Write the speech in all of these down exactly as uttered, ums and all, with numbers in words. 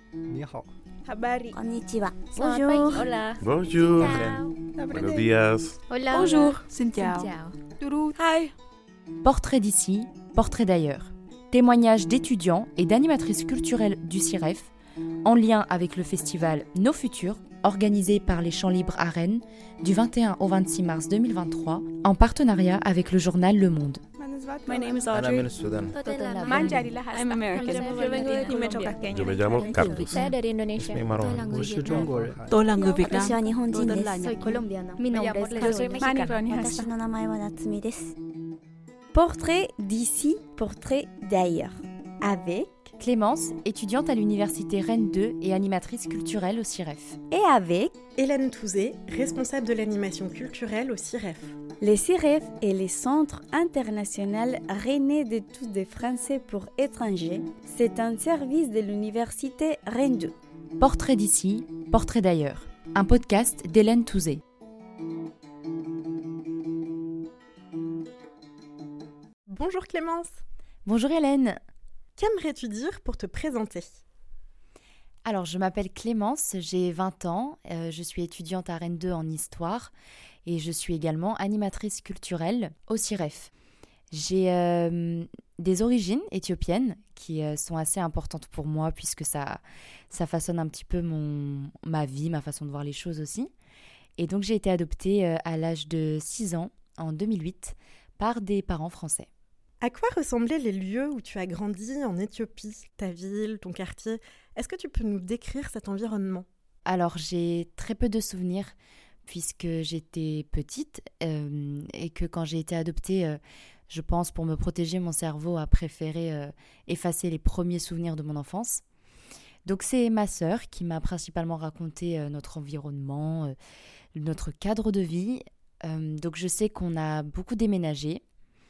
Ni hao. Habari. Konnichiwa. Bonjour. Hola. Bonjour. Ciao. Buenos días. Hola. Bonjour. Ciao. Turut. Hi. Portrait d'ici, portrait d'ailleurs. Témoignages d'étudiants et d'animatrices culturelles du CIREF en lien avec le festival Nos Futurs, organisé par les Champs Libres à Rennes du vingt et un au vingt-six mars deux mille vingt-trois, en partenariat avec le journal Le Monde. My name is أنا Audrey. من السودان. Manjari Lahasa. I'm American. Yo me llamo Carlos. Saya dari Indonesia. اسمي مروان. Tolango 私は日本人です。 Soy colombiana. Mi nombre es Yo soy Carolina. mexicana. 私の名前は夏美です。 Portrait d'ici, portrait d'ailleurs. Avec Clémence, étudiante à l'université Rennes deux et animatrice culturelle au CIREF. et avec Hélène Touzé, responsable de l'animation culturelle au CIREF. les CIREF et les Centres internationaux rennais d'études des Français pour étrangers. C'est un service de l'université Rennes deux. Portrait d'ici, portrait d'ailleurs. Un podcast d'Hélène Touzé. Bonjour Clémence, Bonjour Hélène. qu'aimerais-tu dire pour te présenter? Alors, je m'appelle Clémence, j'ai vingt ans, euh, je suis étudiante à Rennes deux en histoire et je suis également animatrice culturelle au CIREF. J'ai euh, des origines éthiopiennes qui euh, sont assez importantes pour moi puisque ça, ça façonne un petit peu mon, ma vie, ma façon de voir les choses aussi. Et donc, j'ai été adoptée euh, à l'âge de six ans, en deux mille huit, par des parents français. À quoi ressemblaient les lieux où tu as grandi en Éthiopie, ta ville, ton quartier? Est-ce que tu peux nous décrire cet environnement? Alors, j'ai très peu de souvenirs puisque j'étais petite euh, et que quand j'ai été adoptée, euh, je pense pour me protéger, mon cerveau a préféré euh, effacer les premiers souvenirs de mon enfance. Donc, c'est ma sœur qui m'a principalement raconté euh, notre environnement, euh, notre cadre de vie. Euh, donc, je sais qu'on a beaucoup déménagé.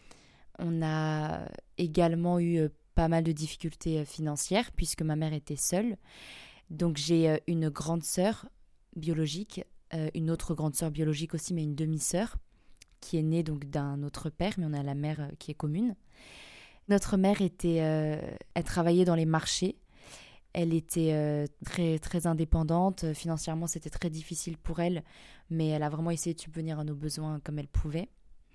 On a également eu euh, pas mal de difficultés euh, financières puisque ma mère était seule. Donc j'ai euh, une grande sœur biologique, euh, une autre grande sœur biologique aussi, mais une demi-sœur qui est née donc d'un autre père, mais on a la mère euh, qui est commune. Notre mère était, euh, elle travaillait dans les marchés. Elle était euh, très très indépendante. Financièrement, c'était très difficile pour elle, mais elle a vraiment essayé de subvenir à nos besoins comme elle pouvait.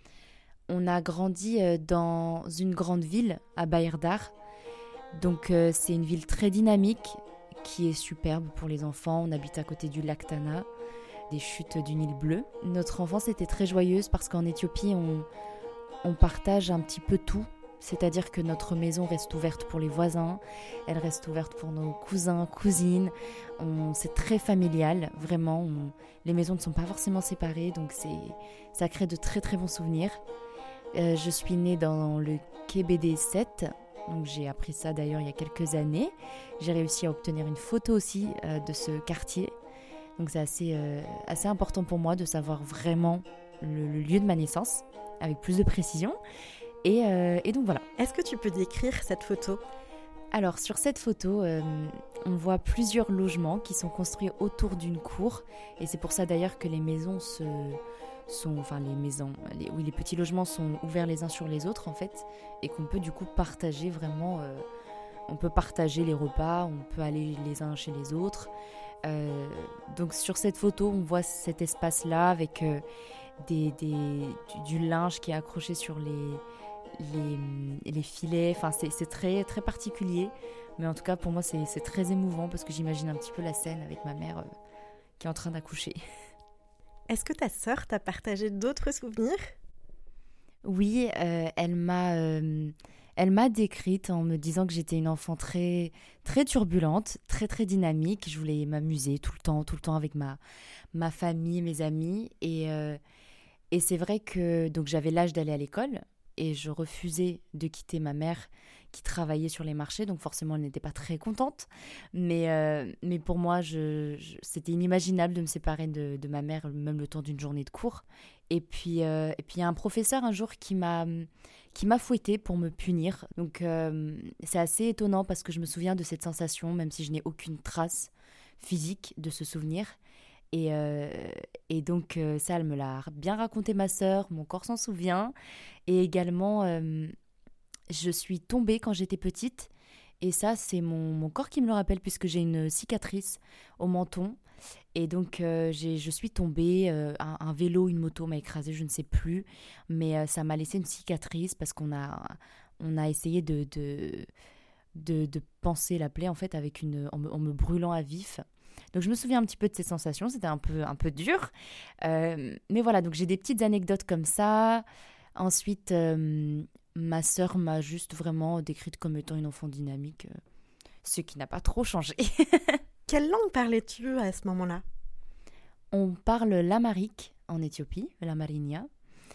On a grandi dans une grande ville, à Bayerdar. Donc euh, c'est une ville très dynamique, qui est superbe pour les enfants. On habite à côté du lac Tana, des chutes du Nil bleu. Notre enfance était très joyeuse parce qu'en Éthiopie, on, on partage un petit peu tout. C'est-à-dire que notre maison reste ouverte pour les voisins, elle reste ouverte pour nos cousins, cousines. On, c'est très familial, vraiment. On, les maisons ne sont pas forcément séparées, donc c'est, ça crée de très très bons souvenirs. Euh, je suis née dans le K B D sept, donc j'ai appris ça d'ailleurs il y a quelques années. J'ai réussi à obtenir une photo aussi euh, de ce quartier. Donc c'est assez, euh, assez important pour moi de savoir vraiment le, le lieu de ma naissance, avec plus de précision. Et, euh, et donc voilà. Est-ce que tu peux décrire cette photo? Alors sur cette photo, euh, on voit plusieurs logements qui sont construits autour d'une cour. Et c'est pour ça d'ailleurs que les maisons se... sont, enfin les maisons, les, oui, les petits logements sont ouverts les uns sur les autres en fait, et qu'on peut du coup partager vraiment, euh, on peut partager les repas, on peut aller les uns chez les autres. Euh, donc sur cette photo, on voit cet espace-là avec euh, des, des, du, du linge qui est accroché sur les, les, les filets. Enfin, c'est, c'est très, très particulier, mais en tout cas pour moi c'est, c'est très émouvant parce que j'imagine un petit peu la scène avec ma mère euh, qui est en train d'accoucher. Est-ce que ta sœur t'a partagé d'autres souvenirs? Oui, euh, elle m'a, euh, elle m'a décrite en me disant que j'étais une enfant très, très turbulente, très très dynamique. Je voulais m'amuser tout le temps, tout le temps avec ma, ma famille, mes amis. Et, euh, et c'est vrai que donc j'avais l'âge d'aller à l'école et je refusais de quitter ma mère qui travaillait sur les marchés, donc forcément elle n'était pas très contente, mais, euh, mais pour moi je, je, c'était inimaginable de me séparer de, de ma mère même le temps d'une journée de cours. Et puis euh, et puis il y a un professeur un jour qui m'a, qui m'a fouettée pour me punir, donc euh, c'est assez étonnant parce que je me souviens de cette sensation même si je n'ai aucune trace physique de ce souvenir. Et, euh, et donc euh, ça elle me l'a bien raconté ma sœur, mon corps s'en souvient. Et également euh, je suis tombée quand j'étais petite Et ça, c'est mon, mon corps qui me le rappelle, puisque j'ai une cicatrice au menton. Et donc, euh, j'ai, je suis tombée, euh, un, un vélo, une moto m'a écrasée, je ne sais plus. Mais euh, ça m'a laissé une cicatrice parce qu'on a, on a essayé de, de, de, de panser la plaie, en fait, avec une, en, me, en me brûlant à vif. Donc, je me souviens un petit peu de ces sensations. C'était un peu, un peu dur. Euh, mais voilà, donc j'ai des petites anecdotes comme ça. Ensuite, euh, ma sœur m'a juste vraiment décrite comme étant une enfant dynamique, euh, ce qui n'a pas trop changé. Quelle langue parlais-tu à ce moment-là ? On parle l'amharique en Éthiopie, l'amharinia.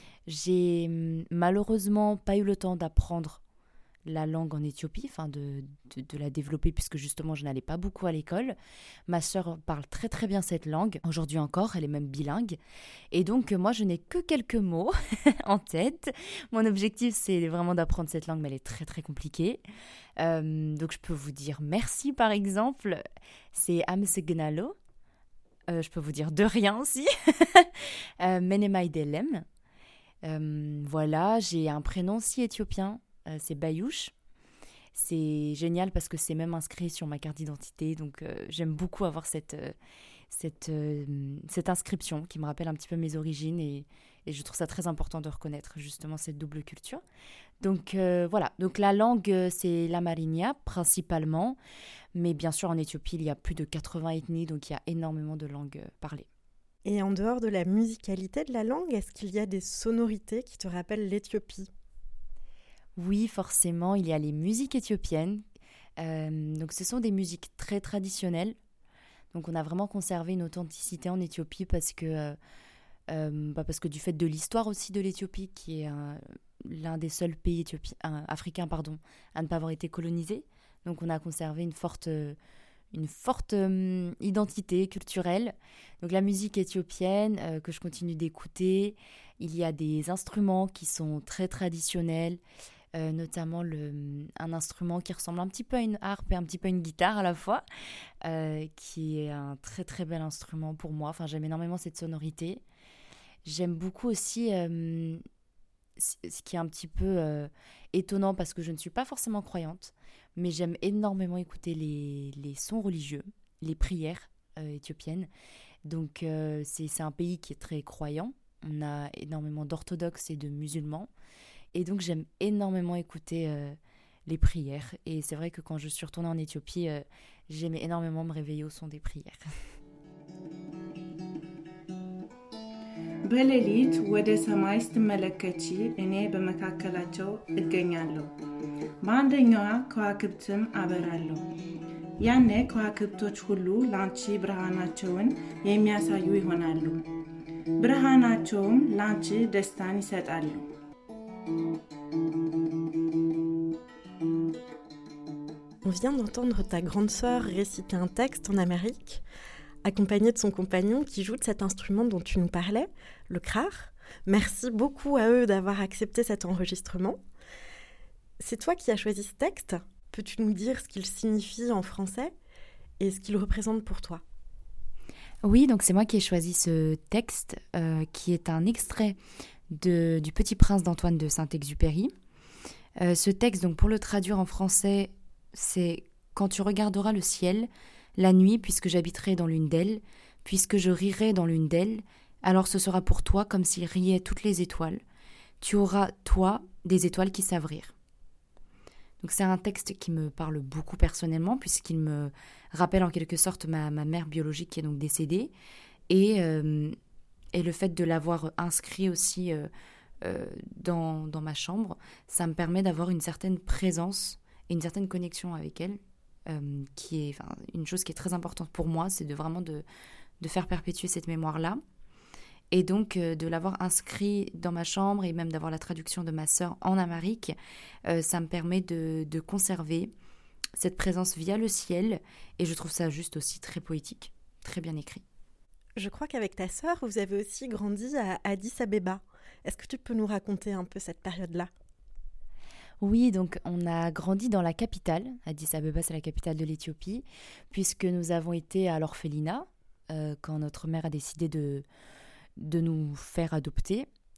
J'ai malheureusement pas eu le temps d'apprendre la langue en Éthiopie, enfin de, de, de la développer, puisque justement je n'allais pas beaucoup à l'école. Ma sœur parle très très bien cette langue, aujourd'hui encore, elle est même bilingue. Et donc moi je n'ai que quelques mots en tête. Mon objectif c'est vraiment d'apprendre cette langue, mais elle est très très compliquée. Euh, donc je peux vous dire merci par exemple, c'est Amsegnalo. Euh, je peux vous dire de rien aussi. euh, Menemaidelem. Euh, voilà, j'ai un prénom aussi éthiopien. Euh, c'est Bayouche. C'est génial parce que c'est même inscrit sur ma carte d'identité. Donc, euh, j'aime beaucoup avoir cette, euh, cette, euh, cette inscription qui me rappelle un petit peu mes origines. Et, et je trouve ça très important de reconnaître justement cette double culture. Donc, euh, voilà. Donc, la langue, c'est l'amharinia principalement. Mais bien sûr, en Éthiopie, il y a plus de quatre-vingts ethnies. Donc, il y a énormément de langues parlées. Et en dehors de la musicalité de la langue, est-ce qu'il y a des sonorités qui te rappellent l'Éthiopie ? Oui, forcément, il y a les musiques éthiopiennes. Euh, donc, ce sont des musiques très traditionnelles. Donc, on a vraiment conservé une authenticité en Éthiopie parce que, euh, euh, bah parce que du fait de l'histoire aussi de l'Éthiopie, qui est un, l'un des seuls pays éthiopi- euh, africains pardon, à ne pas avoir été colonisé. Donc, on a conservé une forte, une forte euh, identité culturelle. Donc, la musique éthiopienne euh, que je continue d'écouter, il y a des instruments qui sont très traditionnels. Euh, notamment le, un instrument qui ressemble un petit peu à une harpe et un petit peu à une guitare à la fois, euh, qui est un très très bel instrument pour moi. Enfin, j'aime énormément cette sonorité. J'aime beaucoup aussi euh, ce qui est un petit peu euh, étonnant parce que je ne suis pas forcément croyante, mais j'aime énormément écouter les, les sons religieux, les prières euh, éthiopiennes. Donc euh, c'est, c'est un pays qui est très croyant. On a énormément d'orthodoxes et de musulmans. Et donc, j'aime énormément écouter euh, les prières. Et c'est vrai que quand je suis retournée en Éthiopie, euh, j'aimais énormément me réveiller au son des prières. በሌሊት ወደ ሰማይ ስትመለከቺ እኔ በመካከላቸው እገኛለሁ በአንደኛዋ ከዋክብትም አበራለሁ ያኔ ከዋክብቶች ሁሉ ላንቺ ብርሃናቸውን የሚያሳዩ ይሆናሉ ብርሃናቸውም ላንቺ ደስታን ይሰጣሉ On vient d'entendre ta grande sœur réciter un texte en amharique, accompagnée de son compagnon qui joue de cet instrument dont tu nous parlais, le krar. Merci beaucoup à eux d'avoir accepté cet enregistrement. C'est toi qui as choisi ce texte. Peux-tu nous dire ce qu'il signifie en français et ce qu'il représente pour toi ? Oui, donc c'est moi qui ai choisi ce texte euh, qui est un extrait de, du Petit Prince d'Antoine de Saint-Exupéry. Euh, ce texte, donc pour le traduire en français, c'est « Quand tu regarderas le ciel, la nuit, puisque j'habiterai dans l'une d'elles, puisque je rirai dans l'une d'elles, alors ce sera pour toi comme s'il riaient toutes les étoiles. Tu auras, toi, des étoiles qui savent rire. » Donc c'est un texte qui me parle beaucoup personnellement, puisqu'il me rappelle en quelque sorte ma, ma mère biologique qui est donc décédée, et, euh, et le fait de l'avoir inscrit aussi euh, euh, dans, dans ma chambre, ça me permet d'avoir une certaine présence et une certaine connexion avec elle, euh, qui est enfin, une chose qui est très importante pour moi, c'est de vraiment de, de faire perpétuer cette mémoire-là. Et donc, euh, de l'avoir inscrit dans ma chambre et même d'avoir la traduction de ma sœur en amharique, euh, ça me permet de, de conserver cette présence via le ciel. Et je trouve ça juste aussi très poétique, très bien écrit. Je crois qu'avec ta sœur, vous avez aussi grandi à Addis Abeba. Est-ce que tu peux nous raconter un peu cette période-là ? Oui, donc on a grandi dans la capitale. Addis Abeba, c'est la capitale de l'Éthiopie, puisque nous avons été à l'orphelinat euh, quand notre mère a décidé de... de nous faire adopter.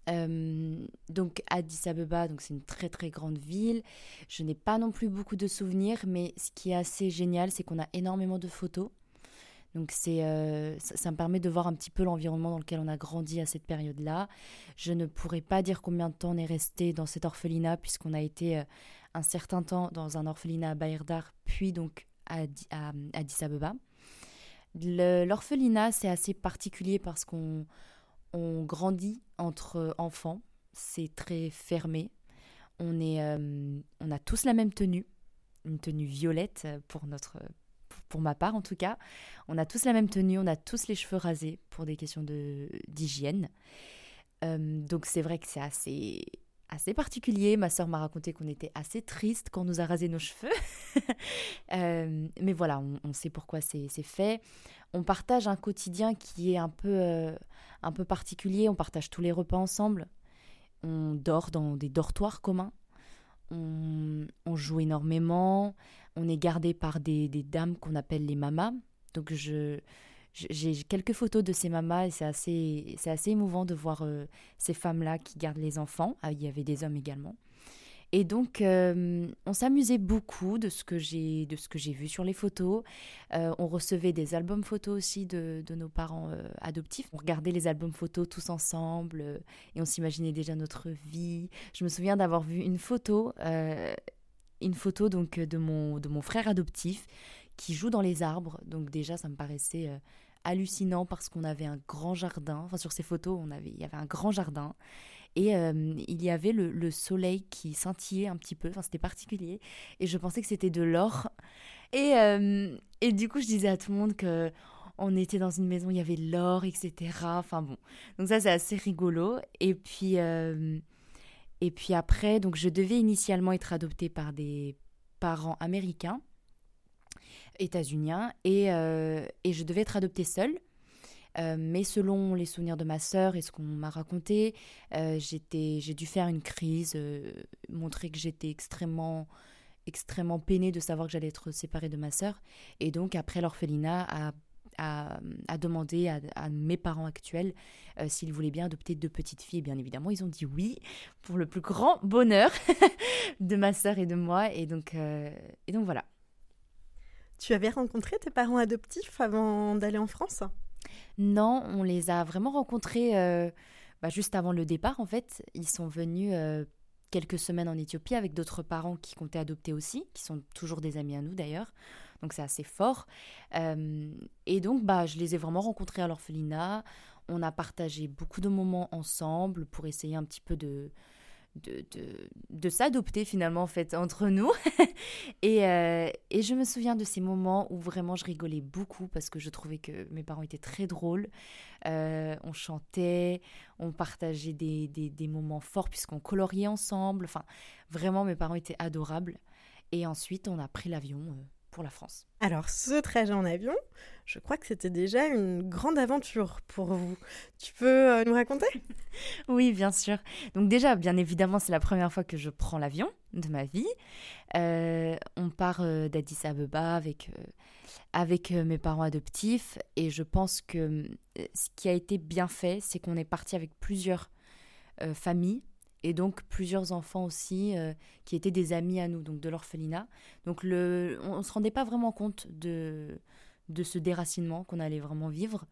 Euh, donc Addis Abeba, donc c'est une très très grande ville. Je n'ai pas non plus beaucoup de souvenirs, mais ce qui est assez génial, c'est qu'on a énormément de photos. Donc c'est, euh, ça, ça me permet de voir un petit peu l'environnement dans lequel on a grandi à cette période-là. Je ne pourrais pas dire combien de temps on est resté dans cet orphelinat, puisqu'on a été euh, un certain temps dans un orphelinat à Bahir Dar, puis donc à, à, à Addis Abeba. Le, l'orphelinat, c'est assez particulier parce qu'on on grandit entre enfants. C'est très fermé. On, est, euh, on a tous la même tenue, une tenue violette pour notre... pour ma part en tout cas. On a tous la même tenue, on a tous les cheveux rasés pour des questions de, d'hygiène. Euh, donc c'est vrai que c'est assez, assez particulier. Ma sœur m'a raconté qu'on était assez triste quand on nous a rasé nos cheveux. euh, mais voilà, on, on sait pourquoi c'est, c'est fait. On partage un quotidien qui est un peu, euh, un peu particulier. On partage tous les repas ensemble. On dort dans des dortoirs communs. On, on joue énormément. On est gardé par des, des dames qu'on appelle les mamas. Donc, je, je, j'ai quelques photos de ces mamas et c'est assez, c'est assez émouvant de voir euh, ces femmes-là qui gardent les enfants. Ah, il y avait des hommes également. Et donc, euh, on s'amusait beaucoup de ce que j'ai, de ce que j'ai vu sur les photos. Euh, on recevait des albums photos aussi de, de nos parents euh, adoptifs. On regardait les albums photos tous ensemble euh, et on s'imaginait déjà notre vie. Je me souviens d'avoir vu une photo... Euh, une photo donc de mon, de mon frère adoptif qui joue dans les arbres. Donc déjà, ça me paraissait euh, hallucinant parce qu'on avait un grand jardin. Enfin, sur ces photos, on avait, il y avait un grand jardin. Et euh, il y avait le, le soleil qui scintillait un petit peu. Enfin, c'était particulier. Et je pensais que c'était de l'or. Et, euh, et du coup, je disais à tout le monde qu'on était dans une maison, il y avait de l'or, et cetera. Enfin bon. Donc ça, c'est assez rigolo. Et puis... Euh, Et puis après, donc je devais initialement être adoptée par des parents américains, états-uniens, et, euh, et je devais être adoptée seule. Euh, mais selon les souvenirs de ma sœur et ce qu'on m'a raconté, euh, j'étais, j'ai dû faire une crise, euh, montrer que j'étais extrêmement, extrêmement peinée de savoir que j'allais être séparée de ma sœur. Et donc après l'orphelinat, à À, à demander à, à mes parents actuels euh, s'ils voulaient bien adopter deux petites filles. Et bien évidemment, ils ont dit oui, pour le plus grand bonheur de ma sœur et de moi. Et donc, euh, et donc voilà. Tu avais rencontré tes parents adoptifs avant d'aller en France ? Non, on les a vraiment rencontrés euh, bah, juste avant le départ, en fait. Ils sont venus euh, quelques semaines en Éthiopie avec d'autres parents qui comptaient adopter aussi, qui sont toujours des amis à nous d'ailleurs. Donc c'est assez fort. Euh, et donc bah, je les ai vraiment rencontrés à l'orphelinat. On a partagé beaucoup de moments ensemble pour essayer un petit peu de, de, de, de s'adopter finalement en fait entre nous. et, euh, et je me souviens de ces moments où vraiment je rigolais beaucoup parce que je trouvais que mes parents étaient très drôles. Euh, on chantait, on partageait des, des, des moments forts puisqu'on coloriait ensemble. Enfin, vraiment mes parents étaient adorables. Et ensuite on a pris l'avion euh, pour la France. Alors, ce trajet en avion, je crois que c'était déjà une grande aventure pour vous. Tu peux euh, nous raconter ? Oui, bien sûr. Donc déjà, bien évidemment, c'est la première fois que je prends l'avion de ma vie. Euh, on part euh, d'Addis Abeba avec, euh, avec euh, mes parents adoptifs. Et je pense que euh, ce qui a été bien fait, c'est qu'on est parti avec plusieurs euh, familles. Et donc plusieurs enfants aussi euh, qui étaient des amis à nous, donc de l'orphelinat. Donc le, on ne se rendait pas vraiment compte de, de ce déracinement qu'on allait vraiment vivre.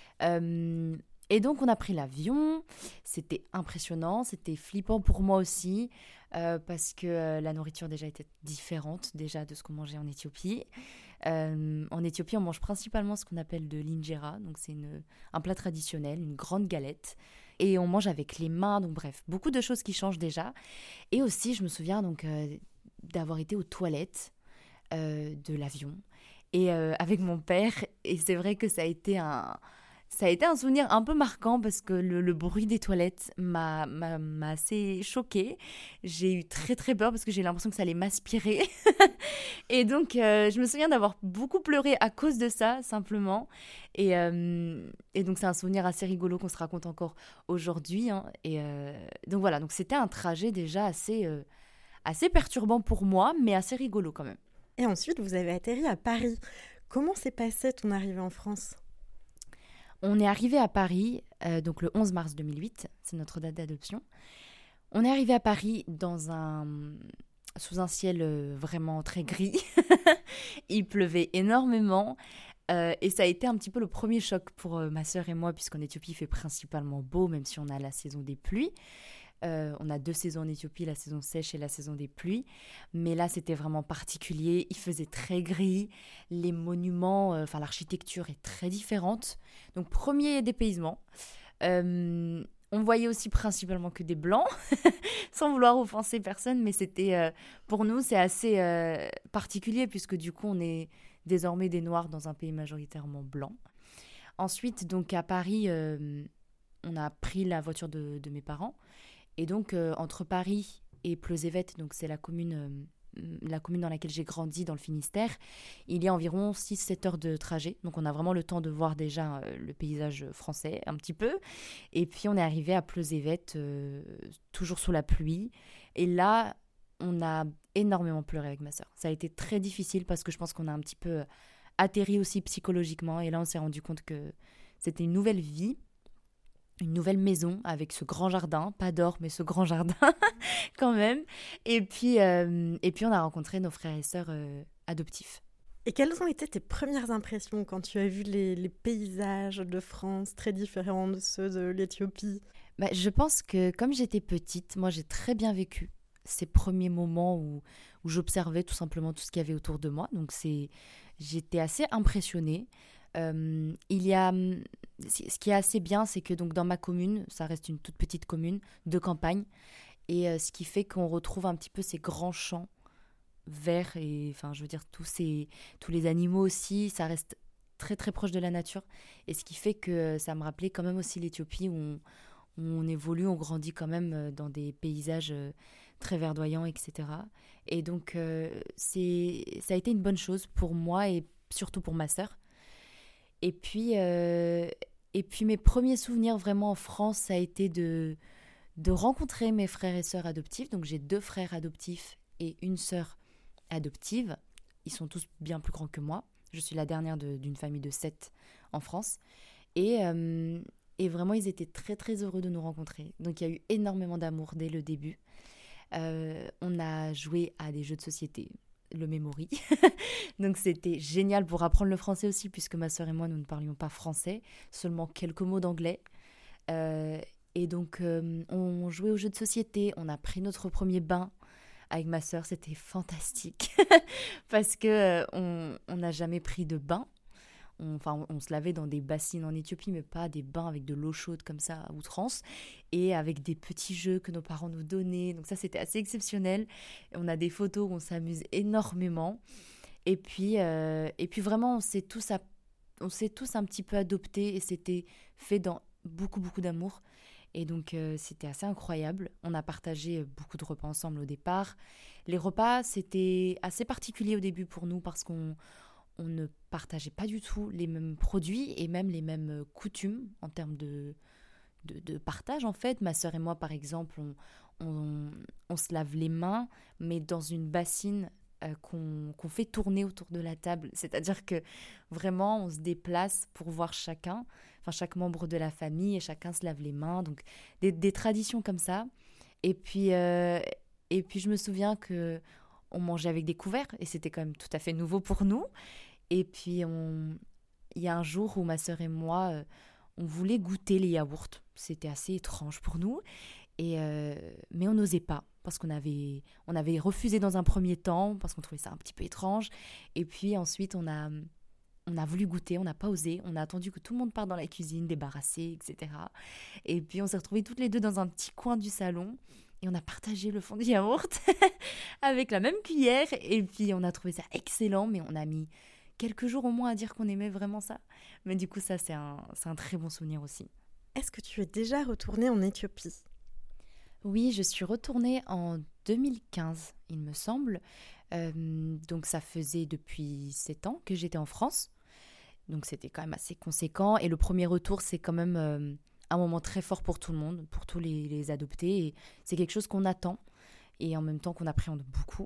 Euh, et donc on a pris l'avion, c'était impressionnant, c'était flippant pour moi aussi, euh, parce que euh, la nourriture déjà était différente déjà de ce qu'on mangeait en Éthiopie. Euh, en Éthiopie, on mange principalement ce qu'on appelle de l'injera, donc c'est une, un plat traditionnel, une grande galette. Et on mange avec les mains, donc bref, beaucoup de choses qui changent déjà. Et aussi, je me souviens donc euh, d'avoir été aux toilettes euh, de l'avion et euh, avec mon père. Et c'est vrai que ça a été un, ça a été un souvenir un peu marquant parce que le, le bruit des toilettes m'a, m'a, m'a assez choquée. J'ai eu très très peur parce que j'ai l'impression que ça allait m'aspirer. Et donc, euh, je me souviens d'avoir beaucoup pleuré à cause de ça, simplement. Et, euh, et donc, c'est un souvenir assez rigolo qu'on se raconte encore aujourd'hui. Hein. Et euh, donc, voilà. Donc, c'était un trajet déjà assez, euh, assez perturbant pour moi, mais assez rigolo quand même. Et ensuite, vous avez atterri à Paris. Comment s'est passée ton arrivée en France ? On est arrivé à Paris, euh, donc le onze mars deux mille huit, c'est notre date d'adoption. On est arrivé à Paris dans un, sous un ciel euh, vraiment très gris. Il pleuvait énormément euh, et ça a été un petit peu le premier choc pour euh, ma sœur et moi, puisqu'en Éthiopie, il fait principalement beau, même si on a la saison des pluies. Euh, on a deux saisons en Éthiopie, la saison sèche et la saison des pluies. Mais là, c'était vraiment particulier. Il faisait très gris. Les monuments, enfin, euh, l'architecture est très différente. Donc, premier dépaysement. Euh, on voyait aussi principalement que des blancs, sans vouloir offenser personne. Mais c'était, euh, pour nous, c'est assez euh, particulier, puisque du coup, on est désormais des Noirs dans un pays majoritairement blanc. Ensuite, donc, à Paris, euh, on a pris la voiture de, de mes parents. Et donc, euh, entre Paris et Pleuzevet, donc c'est la commune, euh, la commune dans laquelle j'ai grandi, dans le Finistère, il y a environ six à sept heures de trajet. Donc, on a vraiment le temps de voir déjà euh, le paysage français, un petit peu. Et puis, on est arrivé à Pleuzevet, euh, toujours sous la pluie. Et là, on a énormément pleuré avec ma sœur. Ça a été très difficile parce que je pense qu'on a un petit peu atterri aussi psychologiquement. Et là, on s'est rendu compte que c'était une nouvelle vie. Une nouvelle maison avec ce grand jardin, pas d'or, mais ce grand jardin quand même. Et puis, euh, et puis, on a rencontré nos frères et sœurs euh, adoptifs. Et quelles ont été tes premières impressions quand tu as vu les, les paysages de France très différents de ceux de l'Éthiopie ? Bah, je pense que comme j'étais petite, moi j'ai très bien vécu ces premiers moments où, où j'observais tout simplement tout ce qu'il y avait autour de moi. Donc c'est, j'étais assez impressionnée. Euh, il y a, ce qui est assez bien, c'est que donc dans ma commune, ça reste une toute petite commune de campagne, et euh, ce qui fait qu'on retrouve un petit peu ces grands champs verts et enfin je veux dire tous ces tous les animaux aussi, ça reste très très proche de la nature, et ce qui fait que ça me rappelait quand même aussi l'Éthiopie où on, où on évolue, on grandit quand même dans des paysages très verdoyants, et cetera. Et donc euh, c'est ça a été une bonne chose pour moi et surtout pour ma sœur. Et puis, euh, et puis mes premiers souvenirs vraiment en France, ça a été de, de rencontrer mes frères et sœurs adoptifs. Donc j'ai deux frères adoptifs et une sœur adoptive. Ils sont tous bien plus grands que moi. Je suis la dernière de, d'une famille de sept en France. Et, euh, et vraiment, ils étaient très très heureux de nous rencontrer. Donc il y a eu énormément d'amour dès le début. Euh, on a joué à des jeux de société. Le Memory. Donc c'était génial pour apprendre le français aussi, puisque ma sœur et moi, nous ne parlions pas français, seulement quelques mots d'anglais. Euh, et donc euh, on jouait aux jeux de société, on a pris notre premier bain avec ma sœur, c'était fantastique parce que euh, on on n'a jamais pris de bain. On, enfin, on, on se lavait dans des bassines en Éthiopie, mais pas des bains avec de l'eau chaude comme ça à outrance, et avec des petits jeux que nos parents nous donnaient. Donc ça, c'était assez exceptionnel. Et on a des photos où on s'amuse énormément. Et puis, euh, et puis vraiment, on s'est tous, à, on s'est tous un petit peu adoptés, et c'était fait dans beaucoup, beaucoup d'amour. Et donc, euh, c'était assez incroyable. On a partagé beaucoup de repas ensemble au départ. Les repas, c'était assez particulier au début pour nous parce qu'on on ne partageait pas du tout les mêmes produits et même les mêmes coutumes en termes de, de, de partage, en fait. Ma sœur et moi, par exemple, on, on, on se lave les mains, mais dans une bassine euh, qu'on, qu'on fait tourner autour de la table. C'est-à-dire que vraiment, on se déplace pour voir chacun, enfin chaque membre de la famille, et chacun se lave les mains. Donc, des, des traditions comme ça. Et puis, euh, et puis, je me souviens que on mangeait avec des couverts, et c'était quand même tout à fait nouveau pour nous. Et puis, on... il y a un jour où ma sœur et moi, euh, on voulait goûter les yaourts. C'était assez étrange pour nous, et euh... mais on n'osait pas, parce qu'on avait... on avait refusé dans un premier temps, parce qu'on trouvait ça un petit peu étrange. Et puis ensuite, on a, on a voulu goûter, on n'a pas osé. On a attendu que tout le monde parte dans la cuisine, débarrassé, et cetera. Et puis, on s'est retrouvés toutes les deux dans un petit coin du salon. Et on a partagé le fond du yaourt avec la même cuillère. Et puis, on a trouvé ça excellent. Mais on a mis quelques jours au moins à dire qu'on aimait vraiment ça. Mais du coup, ça, c'est un, c'est un très bon souvenir aussi. Est-ce que tu es déjà retournée en Éthiopie ? Oui, je suis retournée en deux mille quinze, il me semble. Euh, donc, ça faisait depuis sept ans que j'étais en France. Donc, c'était quand même assez conséquent. Et le premier retour, c'est quand même... Euh, un moment très fort pour tout le monde, pour tous les, les adoptés. Et c'est quelque chose qu'on attend et en même temps qu'on appréhende beaucoup.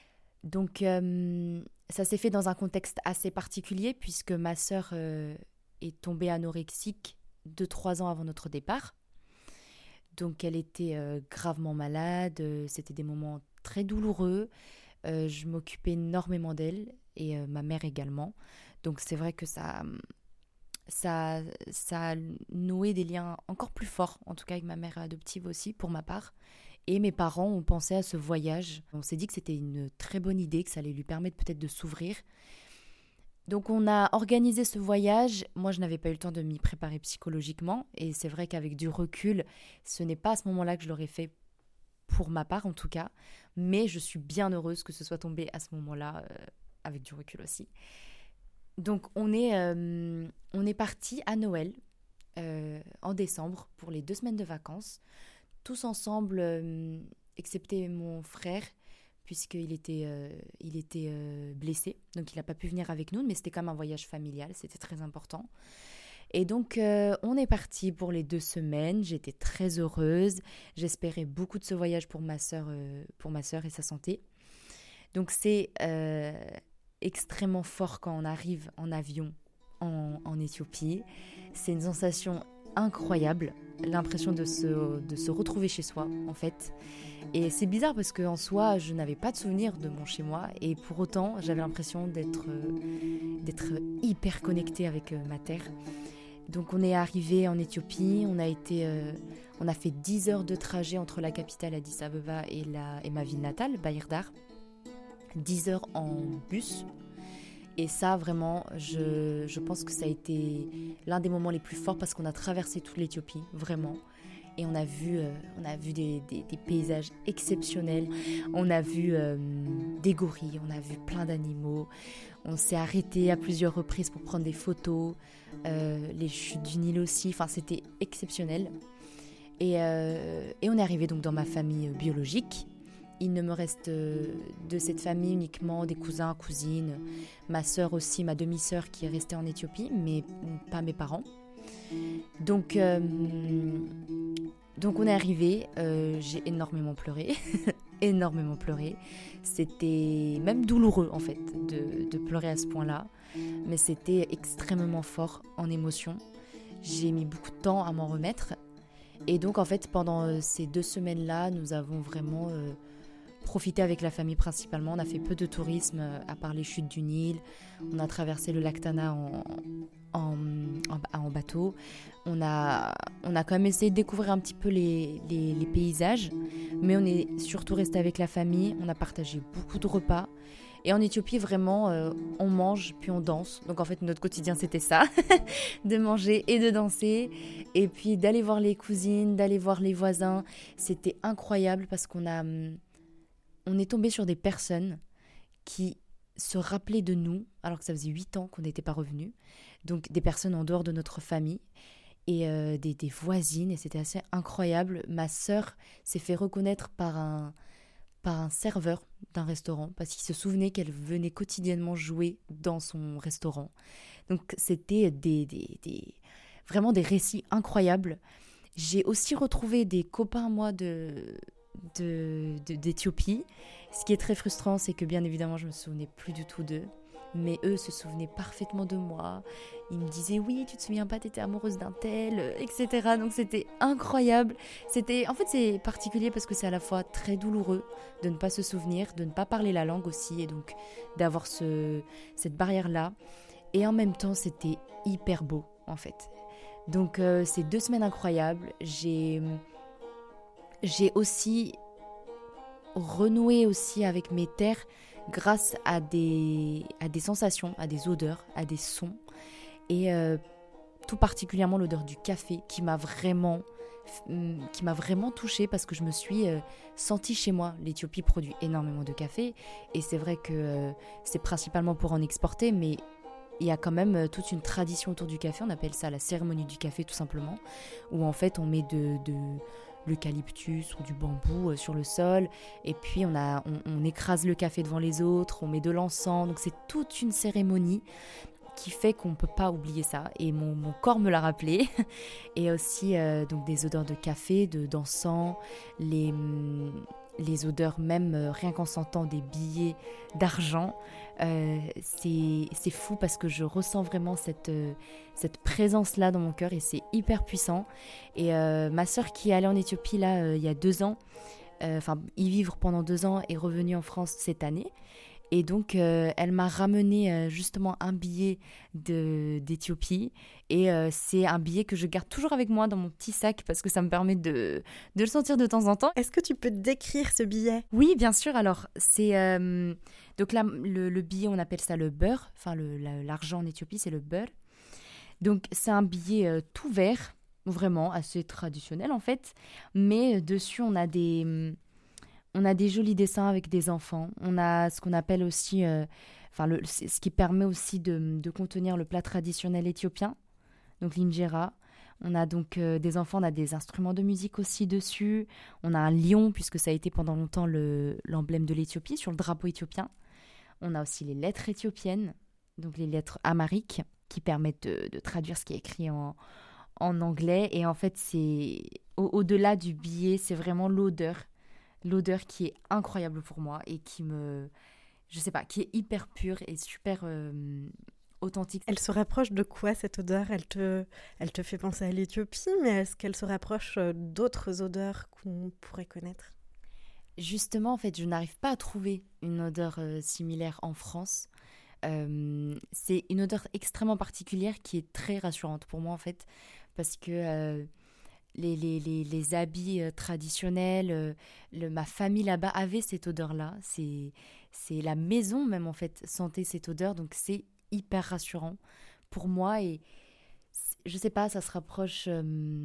Donc, euh, ça s'est fait dans un contexte assez particulier puisque ma sœur euh, est tombée anorexique deux trois ans avant notre départ. Donc elle était euh, gravement malade, euh, c'était des moments très douloureux. Euh, je m'occupais énormément d'elle et euh, ma mère également. Donc c'est vrai que ça, ça, ça a noué des liens encore plus forts, en tout cas avec ma mère adoptive aussi, pour ma part. Et mes parents ont pensé à ce voyage. On s'est dit que c'était une très bonne idée, que ça allait lui permettre peut-être de s'ouvrir. Donc on a organisé ce voyage. Moi, je n'avais pas eu le temps de m'y préparer psychologiquement. Et c'est vrai qu'avec du recul, ce n'est pas à ce moment-là que je l'aurais fait, pour ma part en tout cas. Mais je suis bien heureuse que ce soit tombé à ce moment-là, euh, avec du recul aussi. Donc on est, euh, on est parti à Noël, euh, en décembre, pour les deux semaines de vacances. Tous ensemble, euh, excepté mon frère, puisqu'il était, euh, il était euh, blessé. Donc, il n'a pas pu venir avec nous, mais c'était quand même un voyage familial. C'était très important. Et donc, euh, on est parti pour les deux semaines. J'étais très heureuse. J'espérais beaucoup de ce voyage pour ma sœur, euh, pour ma sœur et sa santé. Donc, c'est euh, extrêmement fort quand on arrive en avion en, en Éthiopie. C'est une sensation incroyable, l'impression de se, de se retrouver chez soi en fait. Et c'est bizarre parce qu'en soi je n'avais pas de souvenir de mon chez moi et pour autant j'avais l'impression d'être, euh, d'être hyper connectée avec euh, ma terre. Donc on est arrivé en Éthiopie, on a, été, euh, on a fait dix heures de trajet entre la capitale Addis Abeba et, la, et ma ville natale, Bahir Dar. dix heures en bus. Et ça, vraiment, je, je pense que ça a été l'un des moments les plus forts parce qu'on a traversé toute l'Éthiopie, vraiment. Et on a vu, euh, on a vu des, des, des paysages exceptionnels. On a vu euh, des gorilles, on a vu plein d'animaux. On s'est arrêté à plusieurs reprises pour prendre des photos. Euh, les chutes du Nil aussi, enfin, c'était exceptionnel. Et, euh, et on est arrivé donc dans ma famille biologique. Il ne me reste de cette famille uniquement des cousins, cousines, ma sœur aussi, ma demi-sœur qui est restée en Éthiopie, mais pas mes parents. Donc, euh, donc on est arrivé, euh, j'ai énormément pleuré, énormément pleuré. C'était même douloureux en fait de, de pleurer à ce point-là, mais c'était extrêmement fort en émotion. J'ai mis beaucoup de temps à m'en remettre. Et donc en fait pendant ces deux semaines-là, nous avons vraiment... Euh, profiter avec la famille principalement. On a fait peu de tourisme à part les chutes du Nil. On a traversé le lac Tana en, en, en, en bateau. On a, on a quand même essayé de découvrir un petit peu les, les, les paysages, mais on est surtout resté avec la famille. On a partagé beaucoup de repas. Et en Éthiopie, vraiment, euh, on mange puis on danse. Donc en fait, notre quotidien, c'était ça, de manger et de danser. Et puis d'aller voir les cousines, d'aller voir les voisins. C'était incroyable parce qu'on a... On est tombé sur des personnes qui se rappelaient de nous, alors que ça faisait huit ans qu'on n'était pas revenus. Donc des personnes en dehors de notre famille et euh, des, des voisines, et c'était assez incroyable. Ma sœur s'est fait reconnaître par un, par un serveur d'un restaurant, parce qu'il se souvenait qu'elle venait quotidiennement jouer dans son restaurant. Donc c'était des, des, des, vraiment des récits incroyables. J'ai aussi retrouvé des copains, moi, de... De, de, d'Éthiopie. Ce qui est très frustrant, c'est que bien évidemment je me souvenais plus du tout d'eux, mais eux se souvenaient parfaitement de moi. Ils me disaient oui, tu te souviens pas, t'étais amoureuse d'un tel, et cetera. Donc c'était incroyable. C'était, en fait c'est particulier parce que c'est à la fois très douloureux de ne pas se souvenir, de ne pas parler la langue aussi, et donc d'avoir ce, cette barrière là, et en même temps c'était hyper beau en fait. Donc euh, c'est deux semaines incroyables. J'ai J'ai aussi renoué aussi avec mes terres grâce à des, à des sensations, à des odeurs, à des sons. Et euh, tout particulièrement l'odeur du café qui m'a vraiment, qui m'a vraiment touchée parce que je me suis euh, sentie chez moi. L'Éthiopie produit énormément de café et c'est vrai que euh, c'est principalement pour en exporter, mais il y a quand même toute une tradition autour du café. On appelle ça la cérémonie du café tout simplement, où en fait on met de... de l'eucalyptus ou du bambou sur le sol et puis on, a, on, on écrase le café devant les autres, on met de l'encens, donc c'est toute une cérémonie qui fait qu'on ne peut pas oublier ça et mon, mon corps me l'a rappelé. Et aussi euh, donc des odeurs de café, de, d'encens, les, les odeurs même euh, rien qu'en sentant des billets d'argent, Euh, c'est, c'est fou parce que je ressens vraiment cette, euh, cette présence-là dans mon cœur et c'est hyper puissant. Et euh, ma sœur qui est allée en Éthiopie là, euh, il y a deux ans, enfin euh, y vivre pendant deux ans, est revenue en France cette année. Et donc, euh, elle m'a ramené euh, justement un billet de, d'Éthiopie. Et euh, c'est un billet que je garde toujours avec moi dans mon petit sac parce que ça me permet de, de le sentir de temps en temps. Est-ce que tu peux décrire ce billet ? Oui, bien sûr. Alors, c'est... Euh, donc là, le, le billet, on appelle ça le beurre. Enfin, le, la, l'argent en Éthiopie, c'est le beurre. Donc, c'est un billet euh, tout vert, vraiment assez traditionnel en fait. Mais euh, dessus, on a des... On a des jolis dessins avec des enfants. On a ce qu'on appelle aussi, euh, enfin, le, ce qui permet aussi de, de contenir le plat traditionnel éthiopien, donc l'injera. On a donc euh, des enfants, on a des instruments de musique aussi dessus. On a un lion, puisque ça a été pendant longtemps le, l'emblème de l'Éthiopie, sur le drapeau éthiopien. On a aussi les lettres éthiopiennes, donc les lettres amhariques, qui permettent de, de traduire ce qui est écrit en, en anglais. Et en fait, c'est au, au-delà du billet, c'est vraiment l'odeur. L'odeur qui est incroyable pour moi et qui me, je sais pas, qui est hyper pure et super euh, authentique. Elle se rapproche de quoi cette odeur ? Elle te, elle te fait penser à l'Éthiopie, mais est-ce qu'elle se rapproche d'autres odeurs qu'on pourrait connaître ? Justement, en fait, je n'arrive pas à trouver une odeur euh, similaire en France. Euh, c'est une odeur extrêmement particulière qui est très rassurante pour moi en fait, parce que euh, Les, les, les, les habits euh, traditionnels, euh, le, ma famille là-bas avait cette odeur-là. C'est, c'est la maison même en fait sentait cette odeur, donc c'est hyper rassurant pour moi. Et je sais pas, ça se rapproche euh,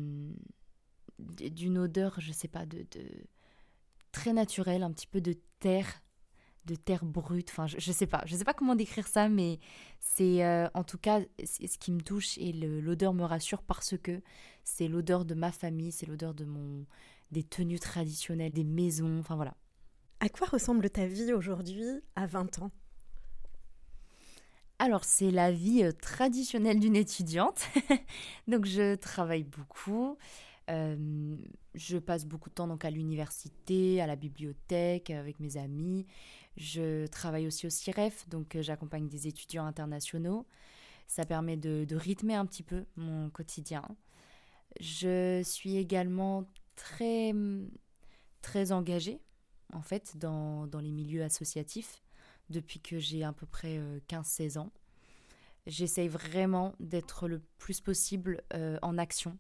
d'une odeur, je sais pas, de, de très naturelle, un petit peu de terre, de terre brute. Enfin, je, je sais pas, je sais pas comment décrire ça, mais c'est euh, en tout cas c'est ce qui me touche et le, l'odeur me rassure parce que c'est l'odeur de ma famille, c'est l'odeur de mon, des tenues traditionnelles, des maisons, enfin voilà. À quoi ressemble ta vie aujourd'hui à vingt ans ? Alors, c'est la vie euh, traditionnelle d'une étudiante. Donc, je travaille beaucoup. Euh, je passe beaucoup de temps donc, à l'université, à la bibliothèque, avec mes amis. Je travaille aussi au CIREF, donc euh, j'accompagne des étudiants internationaux. Ça permet de, de rythmer un petit peu mon quotidien. Je suis également très, très engagée, en fait, dans, dans les milieux associatifs depuis que j'ai à peu près euh, quinze seize ans. J'essaye vraiment d'être le plus possible euh, en action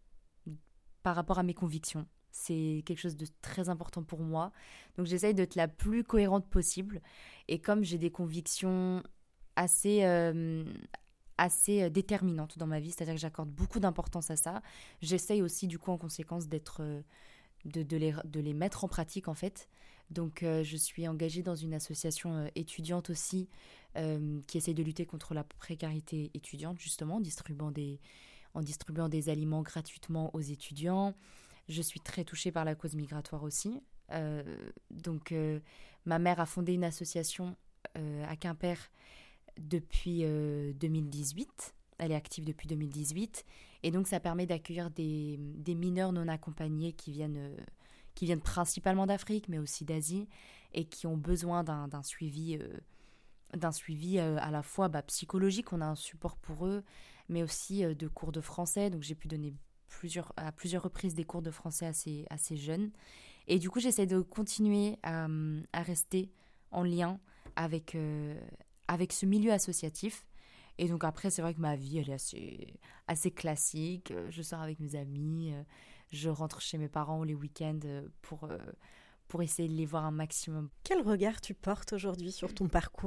par rapport à mes convictions. C'est quelque chose de très important pour moi. Donc j'essaye d'être la plus cohérente possible. Et comme j'ai des convictions assez... Euh, assez déterminante dans ma vie, c'est-à-dire que j'accorde beaucoup d'importance à ça. J'essaye aussi du coup en conséquence d'être, de, de, les, de les mettre en pratique en fait. Donc euh, je suis engagée dans une association euh, étudiante aussi euh, qui essaye de lutter contre la précarité étudiante justement en distribuant des, en distribuant des aliments gratuitement aux étudiants. Je suis très touchée par la cause migratoire aussi. Euh, donc euh, ma mère a fondé une association euh, à Quimper depuis euh, deux mille dix-huit. Elle est active depuis deux mille dix-huit. Et donc, ça permet d'accueillir des, des mineurs non accompagnés qui viennent, euh, qui viennent principalement d'Afrique, mais aussi d'Asie, et qui ont besoin d'un, d'un suivi, euh, d'un suivi euh, à la fois bah, psychologique. On a un support pour eux, mais aussi euh, de cours de français. Donc, j'ai pu donner plusieurs, à plusieurs reprises des cours de français à ces, à ces jeunes. Et du coup, j'essaie de continuer à, à rester en lien avec... Euh, avec ce milieu associatif. Et donc après, c'est vrai que ma vie, elle est assez, assez classique. Je sors avec mes amis, je rentre chez mes parents les week-ends pour, pour essayer de les voir un maximum. Quel regard tu portes aujourd'hui sur ton parcours ?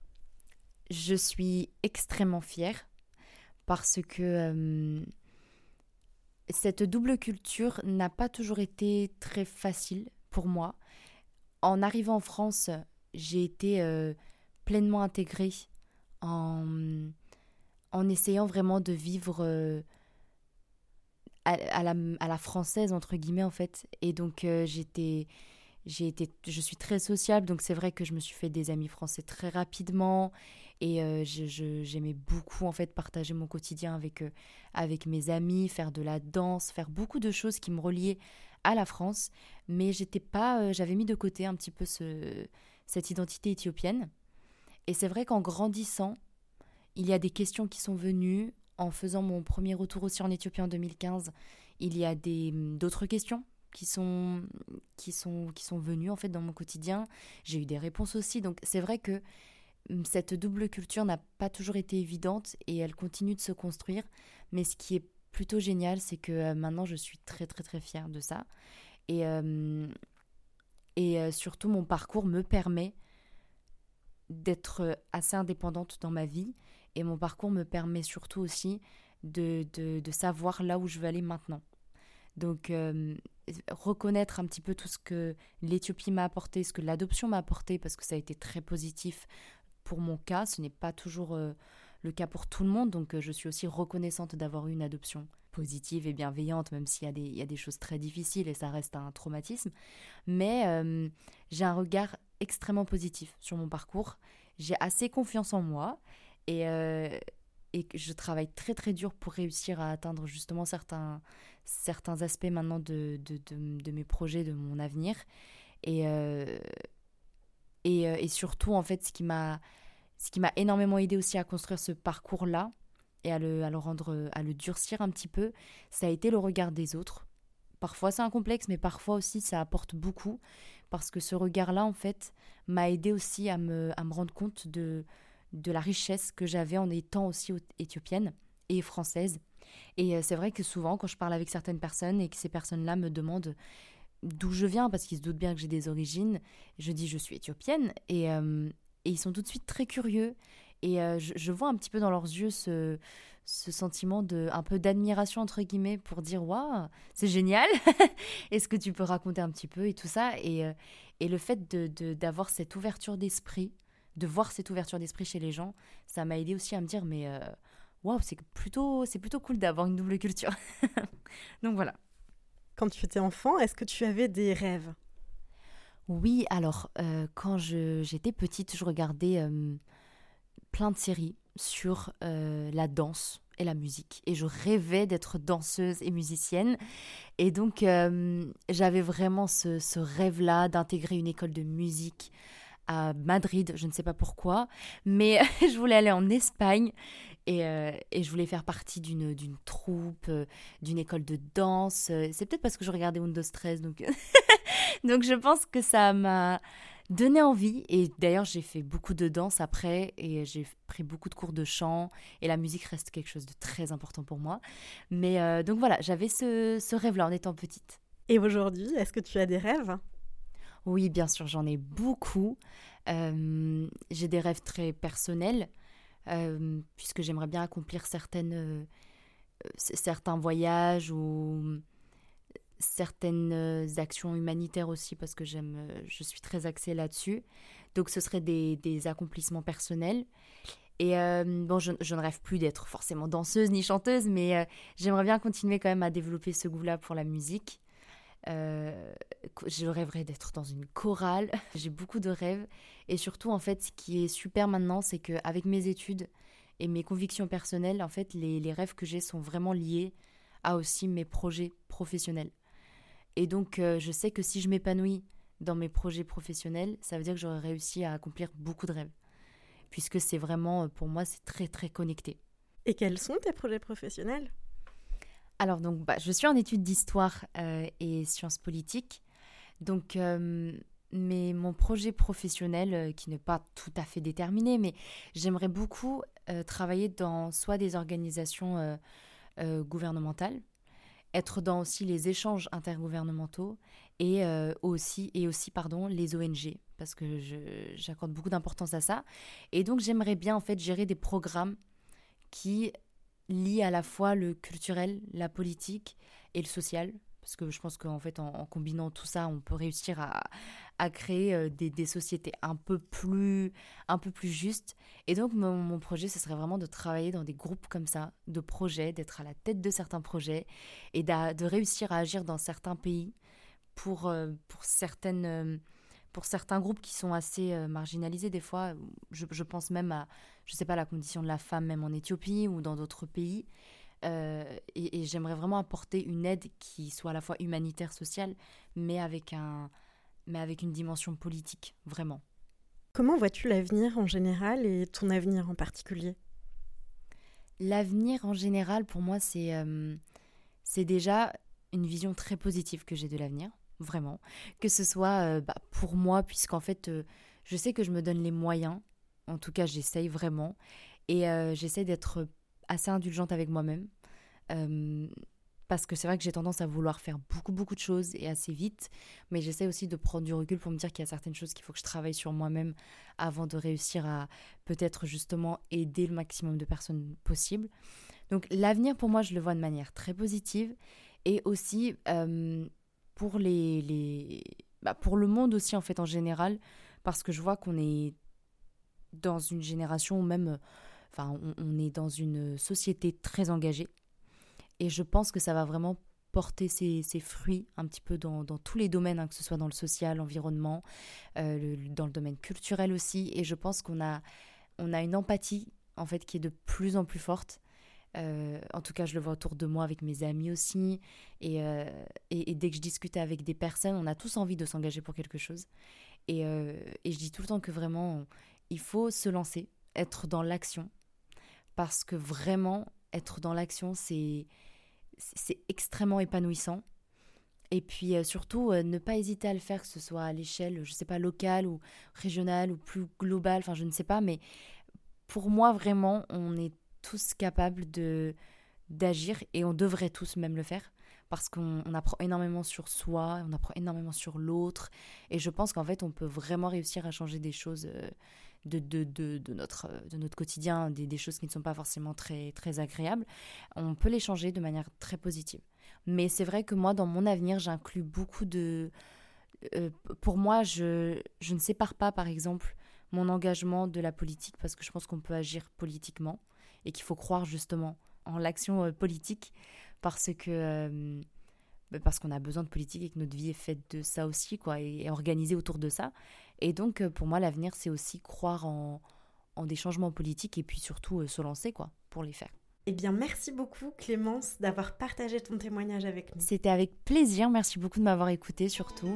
Je suis extrêmement fière parce que euh, cette double culture n'a pas toujours été très facile pour moi. En arrivant en France, j'ai été... Euh, pleinement intégrée en, en essayant vraiment de vivre euh, à, à, la, à la française, entre guillemets, en fait. Et donc, euh, j'étais, j'ai été, je suis très sociable, donc c'est vrai que je me suis fait des amis français très rapidement. Et euh, je, je, j'aimais beaucoup, en fait, partager mon quotidien avec, euh, avec mes amis, faire de la danse, faire beaucoup de choses qui me reliaient à la France. Mais j'étais pas, euh, j'avais mis de côté un petit peu ce, cette identité éthiopienne. Et c'est vrai qu'en grandissant, il y a des questions qui sont venues. En faisant mon premier retour aussi en Éthiopie en deux mille quinze, il y a des, d'autres questions qui sont, qui, sont, qui sont venues en fait, dans mon quotidien. J'ai eu des réponses aussi. Donc c'est vrai que cette double culture n'a pas toujours été évidente et elle continue de se construire. Mais ce qui est plutôt génial, c'est que euh, maintenant je suis très très très fière de ça. Et, euh, et euh, surtout mon parcours me permet d'être assez indépendante dans ma vie. Et mon parcours me permet surtout aussi de, de, de savoir là où je veux aller maintenant. Donc, euh, reconnaître un petit peu tout ce que l'Éthiopie m'a apporté, ce que l'adoption m'a apporté, parce que ça a été très positif pour mon cas. Ce n'est pas toujours euh, le cas pour tout le monde. Donc, euh, je suis aussi reconnaissante d'avoir eu une adoption positive et bienveillante, même s'il y a des, il y a des choses très difficiles et ça reste un traumatisme. Mais euh, j'ai un regard extrêmement positif sur mon parcours. J'ai assez confiance en moi. Et, euh, et je travaille très très dur pour réussir à atteindre justement certains, certains aspects maintenant de, de, de, de mes projets, de mon avenir. Et, euh, et, et surtout, en fait, ce qui m'a, ce qui m'a énormément aidé aussi à construire ce parcours-là et à le, à le rendre, à le durcir un petit peu, ça a été le regard des autres. Parfois, c'est un complexe, mais parfois aussi, ça apporte beaucoup. Parce que ce regard-là, en fait, m'a aidé aussi à me, à me rendre compte de... de la richesse que j'avais en étant aussi éthiopienne et française. Et euh, c'est vrai que souvent, quand je parle avec certaines personnes et que ces personnes-là me demandent d'où je viens, parce qu'ils se doutent bien que j'ai des origines, je dis je suis éthiopienne, et, euh, et ils sont tout de suite très curieux. Et euh, je, je vois un petit peu dans leurs yeux ce, ce sentiment de, un peu d'admiration, entre guillemets, pour dire « Waouh, c'est génial est-ce que tu peux raconter un petit peu ?» et tout ça. Et, euh, et le fait de, de, d'avoir cette ouverture d'esprit, de voir cette ouverture d'esprit chez les gens, ça m'a aidé aussi à me dire mais euh, waouh, c'est plutôt c'est plutôt cool d'avoir une double culture. Donc voilà. Quand tu étais enfant, est-ce que tu avais des rêves ? Oui, alors euh, quand je, j'étais petite, je regardais euh, plein de séries sur euh, la danse et la musique et je rêvais d'être danseuse et musicienne. Et donc euh, j'avais vraiment ce, ce rêve-là d'intégrer une école de musique à Madrid, je ne sais pas pourquoi, mais je voulais aller en Espagne et, euh, et je voulais faire partie d'une, d'une troupe, euh, d'une école de danse. C'est peut-être parce que je regardais Windows treize, donc, donc je pense que ça m'a donné envie. Et d'ailleurs, j'ai fait beaucoup de danse après et j'ai pris beaucoup de cours de chant et la musique reste quelque chose de très important pour moi. Mais euh, donc voilà, j'avais ce, ce rêve-là en étant petite. Et aujourd'hui, est-ce que tu as des rêves ? Oui, bien sûr, j'en ai beaucoup. Euh, j'ai des rêves très personnels, euh, puisque j'aimerais bien accomplir certaines, euh, certains voyages ou certaines actions humanitaires aussi, parce que j'aime, je suis très axée là-dessus. Donc, ce seraient des, des accomplissements personnels. Et euh, bon, je, je ne rêve plus d'être forcément danseuse ni chanteuse, mais euh, j'aimerais bien continuer quand même à développer ce goût-là pour la musique. Euh, je rêverais d'être dans une chorale. J'ai beaucoup de rêves et surtout en fait ce qui est super maintenant, c'est qu'avec mes études et mes convictions personnelles, en fait les, les rêves que j'ai sont vraiment liés à aussi mes projets professionnels. Et donc euh, je sais que si je m'épanouis dans mes projets professionnels, ça veut dire que j'aurai réussi à accomplir beaucoup de rêves, puisque c'est vraiment, pour moi, c'est très très connecté. Et quels sont tes projets professionnels ? Alors, donc, bah, je suis en études d'histoire euh, et sciences politiques. Donc, euh, mais mon projet professionnel, euh, qui n'est pas tout à fait déterminé, mais j'aimerais beaucoup euh, travailler dans soit des organisations euh, euh, gouvernementales, être dans aussi les échanges intergouvernementaux et euh, aussi, et aussi pardon, les O N G, parce que je, j'accorde beaucoup d'importance à ça. Et donc, j'aimerais bien en fait gérer des programmes qui lie à la fois le culturel, la politique et le social, parce que je pense qu'en fait, en, en combinant tout ça, on peut réussir à, à créer euh, des, des sociétés un peu plus, un peu plus justes. Et donc, mon, mon projet, ce serait vraiment de travailler dans des groupes comme ça, de projets, d'être à la tête de certains projets et de réussir à agir dans certains pays pour, euh, pour certaines... Euh, pour certains groupes qui sont assez euh, marginalisés des fois. Je, je pense même à, je sais pas, la condition de la femme même en Éthiopie ou dans d'autres pays. Euh, et, et j'aimerais vraiment apporter une aide qui soit à la fois humanitaire, sociale, mais avec, un, mais avec une dimension politique, vraiment. Comment vois-tu l'avenir en général et ton avenir en particulier ? L'avenir en général, pour moi, c'est, euh, c'est déjà une vision très positive que j'ai de l'avenir, vraiment. Que ce soit euh, bah, pour moi, puisqu'en fait, euh, je sais que je me donne les moyens. En tout cas, j'essaye vraiment. Et euh, j'essaie d'être assez indulgente avec moi-même. Euh, parce que c'est vrai que j'ai tendance à vouloir faire beaucoup, beaucoup de choses et assez vite. Mais j'essaie aussi de prendre du recul pour me dire qu'il y a certaines choses qu'il faut que je travaille sur moi-même avant de réussir à peut-être justement aider le maximum de personnes possible. Donc l'avenir, pour moi, je le vois de manière très positive. Et aussi euh, pour, les, les... Bah, pour le monde aussi, en fait, en général. Parce que je vois qu'on est dans une génération où même... Enfin, on, on est dans une société très engagée. Et je pense que ça va vraiment porter ses, ses fruits un petit peu dans, dans tous les domaines, hein, que ce soit dans le social, l'environnement, euh, le, dans le domaine culturel aussi. Et je pense qu'on a, on a une empathie, en fait, qui est de plus en plus forte. Euh, en tout cas, je le vois autour de moi avec mes amis aussi. Et, euh, et, et dès que je discute avec des personnes, on a tous envie de s'engager pour quelque chose. Et, euh, et je dis tout le temps que vraiment, il faut se lancer, être dans l'action. Parce que vraiment, être dans l'action, c'est... c'est extrêmement épanouissant. Et puis euh, surtout, euh, ne pas hésiter à le faire, que ce soit à l'échelle, je ne sais pas, locale ou régionale ou plus globale, enfin je ne sais pas, mais pour moi, vraiment, on est tous capables de, d'agir et on devrait tous même le faire parce qu'on on apprend énormément sur soi, on apprend énormément sur l'autre et je pense qu'en fait, on peut vraiment réussir à changer des choses euh, de, de, de, de, notre, de notre quotidien, des, des choses qui ne sont pas forcément très, très agréables. On peut les changer de manière très positive. Mais c'est vrai que moi, dans mon avenir, j'inclus beaucoup de... Euh, pour moi, je, je ne sépare pas, par exemple, mon engagement de la politique parce que je pense qu'on peut agir politiquement et qu'il faut croire justement en l'action euh, politique parce que... Euh, parce qu'on a besoin de politique et que notre vie est faite de ça aussi, quoi, et, et organisée autour de ça. Et donc, pour moi, l'avenir, c'est aussi croire en, en des changements politiques et puis surtout euh, se lancer, quoi, pour les faire. Eh bien, merci beaucoup, Clémence, d'avoir partagé ton témoignage avec nous. C'était avec plaisir. Merci beaucoup de m'avoir écoutée, surtout.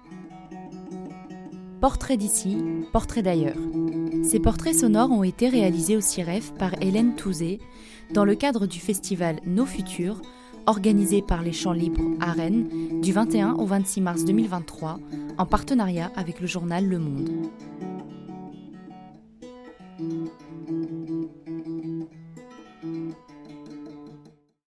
Portrait d'ici, portrait d'ailleurs. Ces portraits sonores ont été réalisés au CIREF par Hélène Touzé dans le cadre du festival Nos Futurs, organisé par les Champs Libres à Rennes du vingt et un au vingt-six mars deux mille vingt-trois en partenariat avec le journal Le Monde.